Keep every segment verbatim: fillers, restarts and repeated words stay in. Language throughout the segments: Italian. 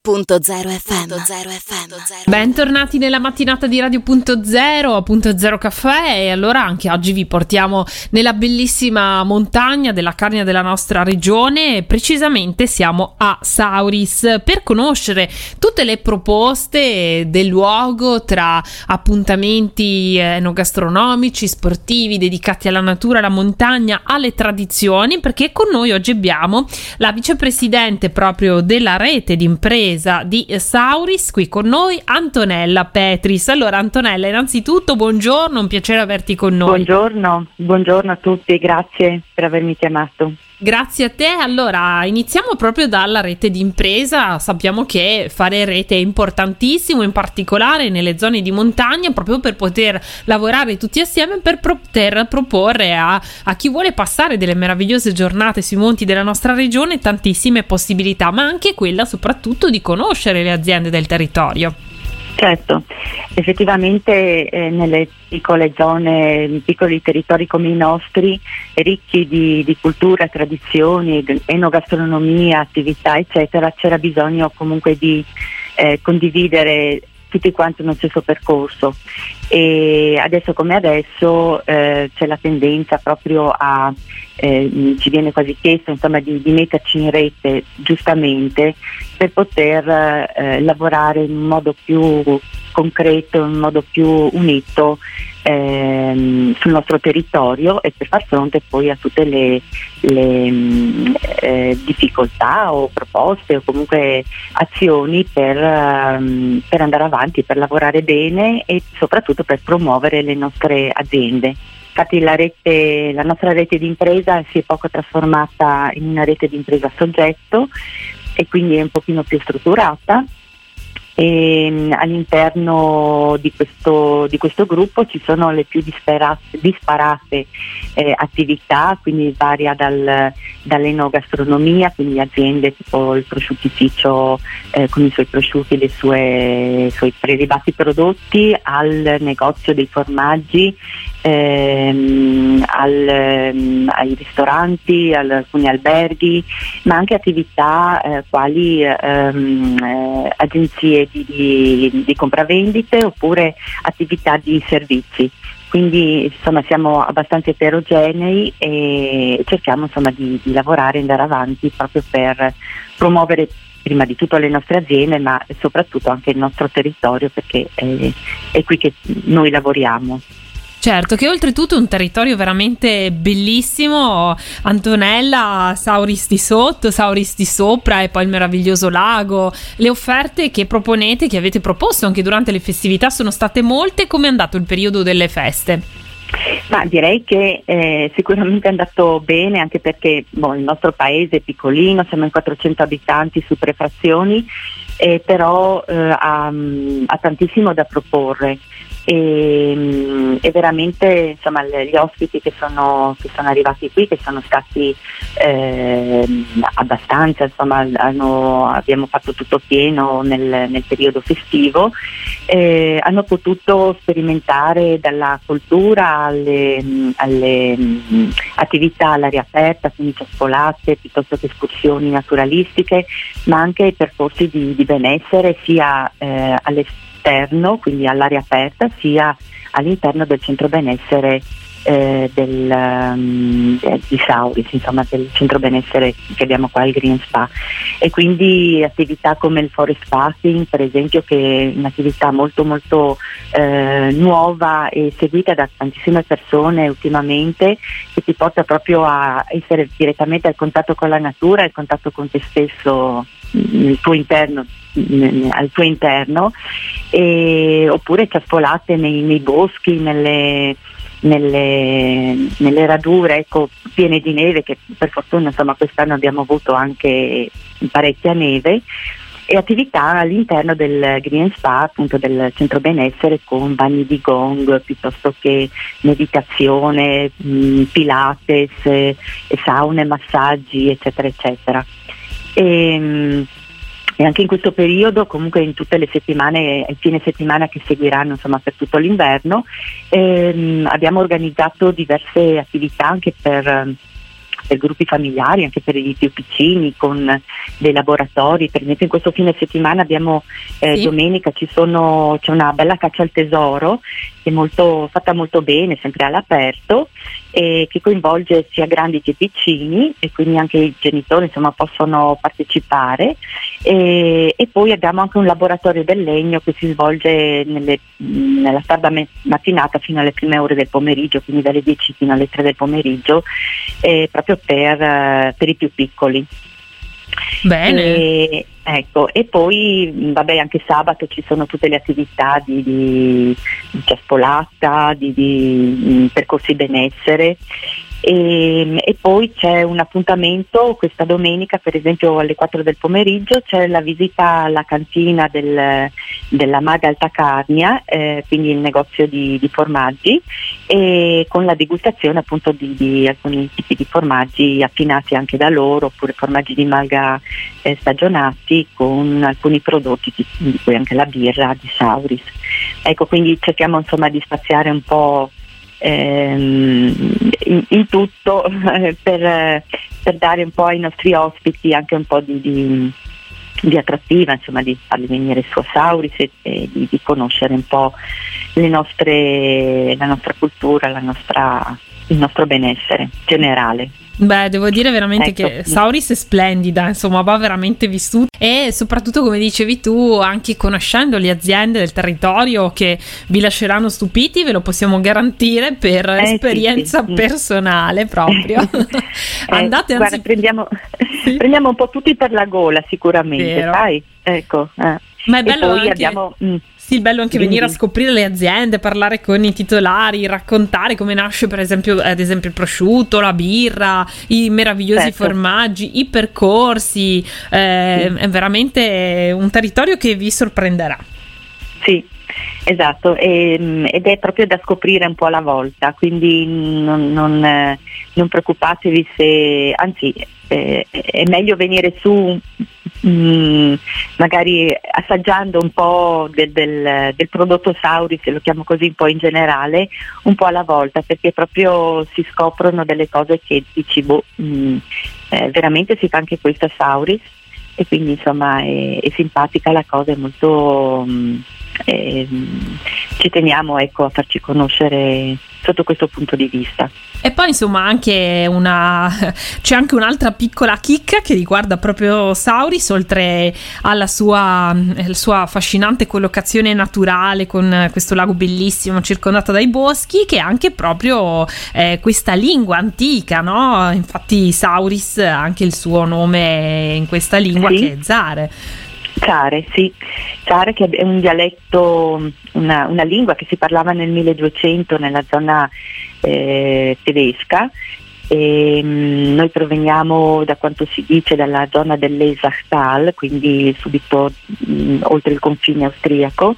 Punto zero F M. Punto zero F M. Bentornati nella mattinata di Radio Punto Zero, Punto Zero Caffè, e allora anche oggi vi portiamo nella bellissima montagna della Carnia della nostra regione. Precisamente siamo a Sauris per conoscere tutte le proposte del luogo, tra appuntamenti enogastronomici, sportivi, dedicati alla natura, alla montagna, alle tradizioni, perché con noi oggi abbiamo la vicepresidente proprio della rete di imprese di Sauris, qui con noi, Antonella Petris. Allora Antonella, innanzitutto buongiorno, un piacere averti con noi. Buongiorno, buongiorno a tutti, grazie per avermi chiamato. Grazie a te. Allora iniziamo proprio dalla rete di impresa. Sappiamo che fare rete è importantissimo, in particolare nelle zone di montagna, proprio per poter lavorare tutti assieme, per poter proporre a, a chi vuole passare delle meravigliose giornate sui monti della nostra regione tantissime possibilità, ma anche quella soprattutto di conoscere le aziende del territorio. Certo, effettivamente eh, nelle piccole zone, in piccoli territori come i nostri, ricchi di, di cultura, tradizioni, enogastronomia, attività eccetera, c'era bisogno comunque di eh, condividere tutti quanti uno stesso percorso, e adesso come adesso eh, c'è la tendenza proprio a eh, ci viene quasi chiesto insomma di, di metterci in rete, giustamente, per poter eh, lavorare in un modo più concreto, in un modo più unito ehm, sul nostro territorio, e per far fronte poi a tutte le, le mh, eh, difficoltà o proposte o comunque azioni per, um, per andare avanti, per lavorare bene e soprattutto per promuovere le nostre aziende. Infatti la, rete, la nostra rete di impresa si è poco trasformata in una rete di impresa a soggetto, e quindi è un pochino più strutturata. E all'interno di questo, di questo gruppo ci sono le più disparate, disparate eh, attività, quindi varia dal, dall'enogastronomia, quindi aziende tipo il prosciuttificio eh, con i suoi prosciutti e i suoi, suoi prelibati prodotti, al negozio dei formaggi, ehm, al, ehm, ai ristoranti, ad alcuni alberghi, ma anche attività eh, quali ehm, eh, agenzie di, di, di compravendite oppure attività di servizi. Quindi insomma siamo abbastanza eterogenei e cerchiamo insomma di, di lavorare e andare avanti proprio per promuovere prima di tutto le nostre aziende, ma soprattutto anche il nostro territorio, perché è, è qui che noi lavoriamo. Certo, che oltretutto è un territorio veramente bellissimo, Antonella, Sauris di sotto, Sauris di sopra, e poi il meraviglioso lago. Le offerte che proponete, che avete proposto anche durante le festività, sono state molte. Come è andato il periodo delle feste? Ma direi che eh, sicuramente è andato bene, anche perché boh, il nostro paese è piccolino, siamo in quattrocento abitanti su tre frazioni, eh, però eh, ha, ha tantissimo da proporre. E, e veramente insomma gli ospiti che sono, che sono arrivati qui, che sono stati eh, abbastanza, insomma hanno, abbiamo fatto tutto pieno nel, nel periodo festivo, eh, hanno potuto sperimentare dalla cultura alle, alle mh, attività all'aria aperta, quindi ciaspolate piuttosto che escursioni naturalistiche, ma anche percorsi di, di benessere sia eh, all'esterno, quindi all'aria aperta, sia all'interno del centro benessere eh, del, um, di Sauris, insomma del centro benessere che abbiamo qua, il Green Spa, e quindi attività come il forest bathing per esempio, che è un'attività molto molto eh, nuova e seguita da tantissime persone ultimamente, che ti porta proprio a essere direttamente al contatto con la natura, al contatto con te stesso nel tuo interno, al tuo interno, e, oppure ciaspolate nei, nei boschi, nelle, nelle, nelle radure ecco, piene di neve, che per fortuna insomma quest'anno abbiamo avuto anche parecchia neve, e attività all'interno del Green Spa, appunto del centro benessere, con bagni di gong piuttosto che meditazione, mh, pilates, eh, saune, massaggi eccetera eccetera. E, e anche in questo periodo, comunque in tutte le settimane e fine settimana che seguiranno insomma per tutto l'inverno, ehm, abbiamo organizzato diverse attività anche per per gruppi familiari, anche per i più piccini, con dei laboratori. Per esempio in questo fine settimana abbiamo eh, sì. domenica ci sono, c'è una bella caccia al tesoro che è molto, fatta molto bene, sempre all'aperto, e che coinvolge sia grandi che piccini, e quindi anche i genitori insomma possono partecipare. E, e poi abbiamo anche un laboratorio del legno che si svolge nelle, nella tarda mattinata fino alle prime ore del pomeriggio, quindi dalle dieci fino alle tre del pomeriggio, eh, proprio per, per i più piccoli. Bene. E, ecco, e poi vabbè, anche sabato ci sono tutte le attività di, di, di ciaspolata, di, di percorsi benessere. E, e poi c'è un appuntamento questa domenica, per esempio alle quattro del pomeriggio c'è la visita alla cantina del, della Maga Altacarnia, eh, quindi il negozio di, di formaggi, e con la degustazione appunto di, di alcuni tipi di formaggi affinati anche da loro, oppure formaggi di malga eh, stagionati, con alcuni prodotti di, di cui anche la birra di Sauris. Ecco, quindi cerchiamo insomma di spaziare un po' In, in tutto eh, per, per dare un po' ai nostri ospiti anche un po' di, di, di attrattiva, insomma, di farli venire su a Sauris e, e di, di conoscere un po' le nostre, la nostra cultura, la nostra, il nostro benessere generale. Beh, devo dire veramente ecco. che Sauris è splendida, insomma, va veramente vissuta, e soprattutto, come dicevi tu, anche conoscendo le aziende del territorio che vi lasceranno stupiti, ve lo possiamo garantire per eh, esperienza sì, sì. personale proprio. Andate, eh, anzi... guarda, prendiamo, sì. prendiamo un po' tutti per la gola sicuramente, Vero. sai? Ecco. Eh. Ma è bello e poi anche... abbiamo... Mm. Sì, il bello anche Quindi. venire a scoprire le aziende, parlare con i titolari, raccontare come nasce per esempio ad esempio il prosciutto, la birra, i meravigliosi certo. formaggi, i percorsi, eh, sì. è veramente un territorio che vi sorprenderà. Sì, esatto, e, ed è proprio da scoprire un po' alla volta, quindi non, non, eh, non preoccupatevi se, anzi eh, è meglio venire su mh, magari assaggiando un po' del, del, del prodotto Sauris, se lo chiamo così un po' in generale, un po' alla volta, perché proprio si scoprono delle cose che dici, boh, mh, eh, veramente si fa anche questa Sauris, e quindi insomma è, è simpatica la cosa, è molto... Mh, E, ci teniamo ecco a farci conoscere sotto questo punto di vista. E poi insomma anche una c'è anche un'altra piccola chicca che riguarda proprio Sauris, oltre alla sua, la sua affascinante collocazione naturale con questo lago bellissimo circondato dai boschi, che è anche proprio eh, questa lingua antica, no? Infatti Sauris ha anche il suo nome in questa lingua, sì. che è Zare. Zare, sì, Zare che è un dialetto, una, una lingua che si parlava nel milleduecento nella zona eh, tedesca, e mh, noi proveniamo, da quanto si dice, dalla zona dell'Esachtal, quindi subito mh, oltre il confine austriaco,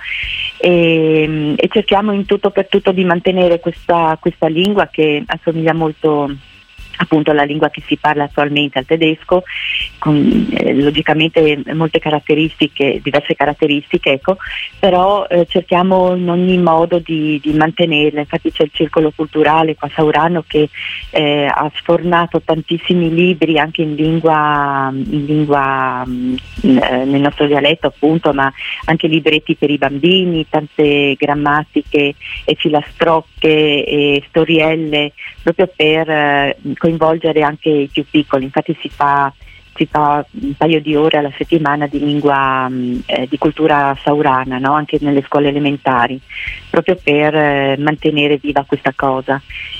e, mh, e cerchiamo in tutto per tutto di mantenere questa, questa lingua che assomiglia molto appunto alla lingua che si parla attualmente, al tedesco, con eh, logicamente molte caratteristiche, diverse caratteristiche, ecco, però eh, cerchiamo in ogni modo di, di mantenerla. Infatti c'è il circolo culturale qua a Saurano che eh, ha sfornato tantissimi libri anche in lingua, in lingua mh, nel nostro dialetto appunto, ma anche libretti per i bambini, tante grammatiche e filastrocche e storielle, proprio per eh, coinvolgere anche i più piccoli. Infatti si fa, si fa un paio di ore alla settimana di lingua eh, di cultura saurana, no? Anche nelle scuole elementari, proprio per eh, mantenere viva questa cosa.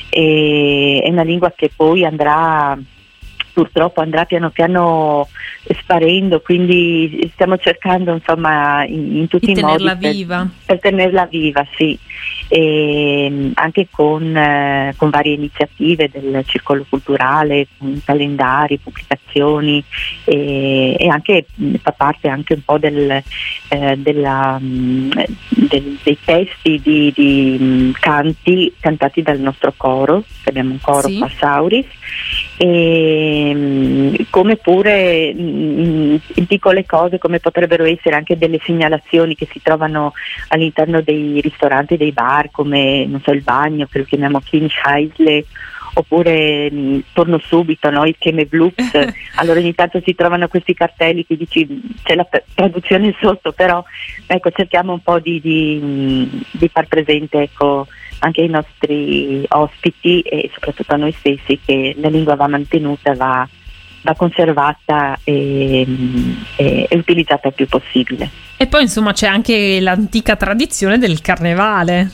E, è una lingua che poi andrà, purtroppo andrà piano piano sparendo, quindi stiamo cercando insomma in, in tutti i modi tenerla per, viva. per tenerla viva, sì. E anche con, eh, con varie iniziative del circolo culturale, con calendari, pubblicazioni, e, e anche fa parte anche un po' del, eh, della, mh, del, dei testi di, di mh, canti cantati dal nostro coro, abbiamo un coro sì. qua a Sauris, e mh, come pure mh, in piccole cose come potrebbero essere anche delle segnalazioni che si trovano all'interno dei ristoranti, dei bar, come non so, il bagno che lo chiamiamo Kinshheisle, oppure mh, torno subito, no? Il Chemeblux, allora ogni tanto si trovano questi cartelli che dici c'è la p- traduzione sotto, però ecco, cerchiamo un po' di, di, di far presente, ecco, anche ai nostri ospiti e soprattutto a noi stessi, che la lingua va mantenuta, va, va conservata e, e, e utilizzata il più possibile. E poi insomma c'è anche l'antica tradizione del carnevale.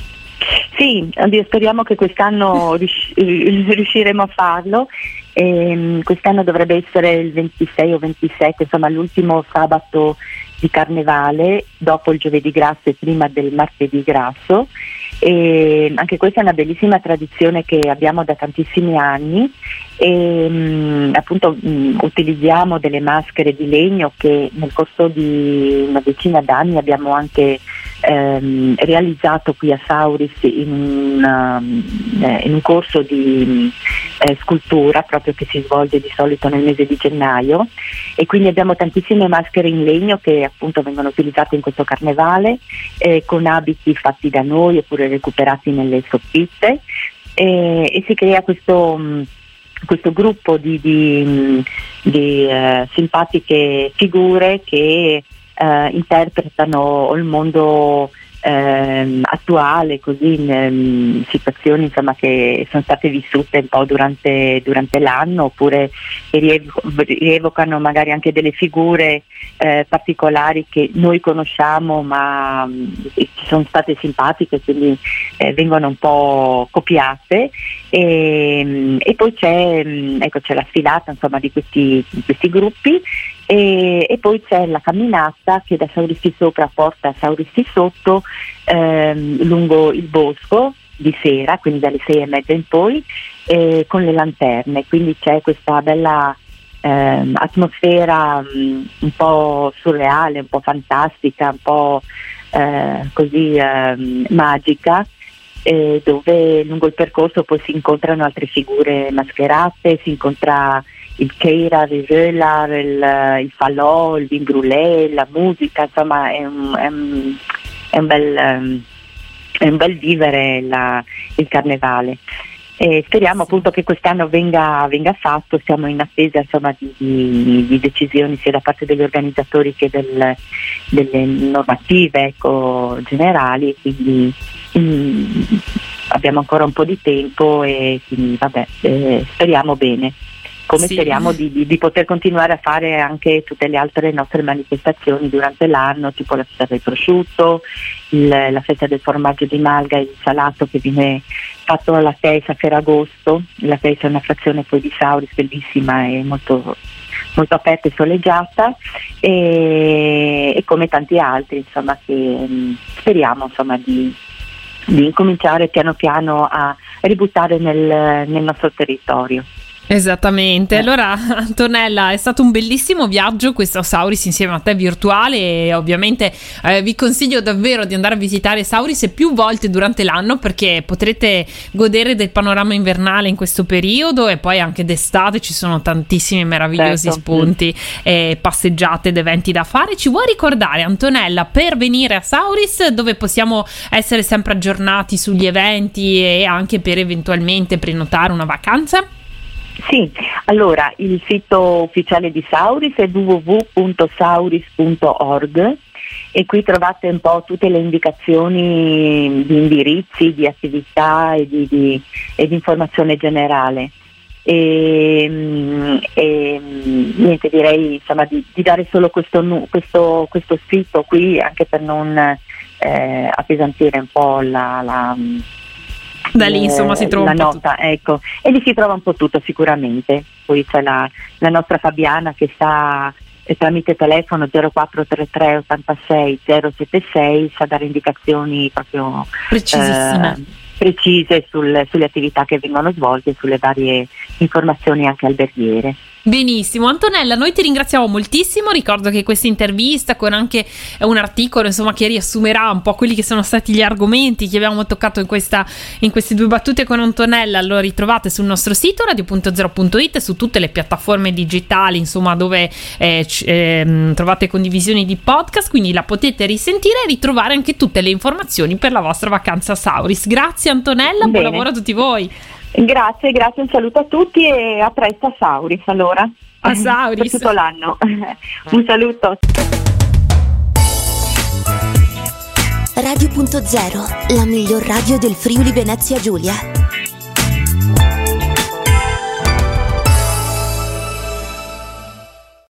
Sì, speriamo che quest'anno rius- riusciremo a farlo. E, quest'anno dovrebbe essere il ventisei o ventisette, insomma l'ultimo sabato di carnevale, dopo il giovedì grasso e prima del martedì grasso. E anche questa è una bellissima tradizione che abbiamo da tantissimi anni e mh, appunto mh, utilizziamo delle maschere di legno che nel corso di una decina d'anni abbiamo anche ehm, realizzato qui a Sauris in un, um, eh, in un corso di eh, scultura proprio che si svolge di solito nel mese di gennaio, e quindi abbiamo tantissime maschere in legno che appunto vengono utilizzate in questo carnevale eh, con abiti fatti da noi oppure recuperati nelle soffitte, e, e si crea questo, mh, questo gruppo di, di, di uh, simpatiche figure che uh, interpretano il mondo uh, attuale, così in um, situazioni insomma che sono state vissute un po' durante, durante l'anno, oppure che rievo- rievocano magari anche delle figure Eh, particolari che noi conosciamo ma mh, ci sono state simpatiche, quindi eh, vengono un po' copiate, e, mh, e poi c'è, mh, ecco, c'è la sfilata insomma di questi, di questi gruppi, e, e poi c'è la camminata che da Sauristi Sopra porta a Sauristi Sotto ehm, lungo il bosco di sera, quindi dalle sei e mezza in poi, eh, con le lanterne, quindi c'è questa bella Eh, atmosfera mh, un po' surreale, un po' fantastica, un po' eh, così eh, magica, eh, dove lungo il percorso poi si incontrano altre figure mascherate, si incontra il Keirar, il Rölar, il, il Falò, il Vin Brûlé, la musica, insomma è un, è un, è un, bel, um, è un bel vivere la, il carnevale. E speriamo appunto che quest'anno venga, venga fatto, siamo in attesa insomma di, di, di decisioni sia da parte degli organizzatori che del, delle normative ecco, generali, quindi mh, abbiamo ancora un po' di tempo e quindi vabbè, eh, speriamo bene. Come sì. speriamo di, di, di poter continuare a fare anche tutte le altre nostre manifestazioni durante l'anno, tipo la festa del prosciutto, il, la festa del formaggio di Malga, il salato che viene fatto alla Teis a Ferragosto. La Teis è una frazione poi di Sauris bellissima e molto, molto aperta e soleggiata, e, e come tanti altri insomma che mh, speriamo insomma di, di incominciare piano piano a ributtare nel, nel nostro territorio. Esattamente, eh. Allora Antonella, è stato un bellissimo viaggio questo Sauris insieme a te virtuale, e ovviamente eh, vi consiglio davvero di andare a visitare Sauris più volte durante l'anno, perché potrete godere del panorama invernale in questo periodo, e poi anche d'estate ci sono tantissimi meravigliosi certo. spunti e passeggiate ed eventi da fare. Ci vuoi ricordare, Antonella, per venire a Sauris dove possiamo essere sempre aggiornati sugli eventi e anche per eventualmente prenotare una vacanza? Sì, allora il sito ufficiale di Sauris è w w w punto sauris punto org, e qui trovate un po' tutte le indicazioni di indirizzi, di attività e di, di, e di informazione generale. E, e niente, direi insomma di, di dare solo questo, questo, questo sito qui, anche per non eh, appesantire un po' la... la da lì insomma si trova la nota, ecco, e lì si trova un po' tutto sicuramente. Poi c'è la, la nostra Fabiana che sta eh, tramite telefono zero quattro tre tre ottantasei zero settantasei, sa dare indicazioni proprio precisissime, eh, precise sul, sulle attività che vengono svolte e sulle varie informazioni anche alberghiere. Benissimo, Antonella, noi ti ringraziamo moltissimo. Ricordo che questa intervista con anche un articolo insomma che riassumerà un po' quelli che sono stati gli argomenti che abbiamo toccato in questa in queste due battute con Antonella lo ritrovate sul nostro sito radio punto zero punto it, su tutte le piattaforme digitali insomma dove eh, c- eh, trovate condivisioni di podcast, quindi la potete risentire e ritrovare anche tutte le informazioni per la vostra vacanza Sauris. Grazie Antonella, Bene. Buon lavoro a tutti voi. Grazie, grazie, un saluto a tutti e a presto a Sauris allora. A Sauris. Per tutto l'anno. Un saluto. Radio punto zero, la miglior radio del Friuli Venezia Giulia.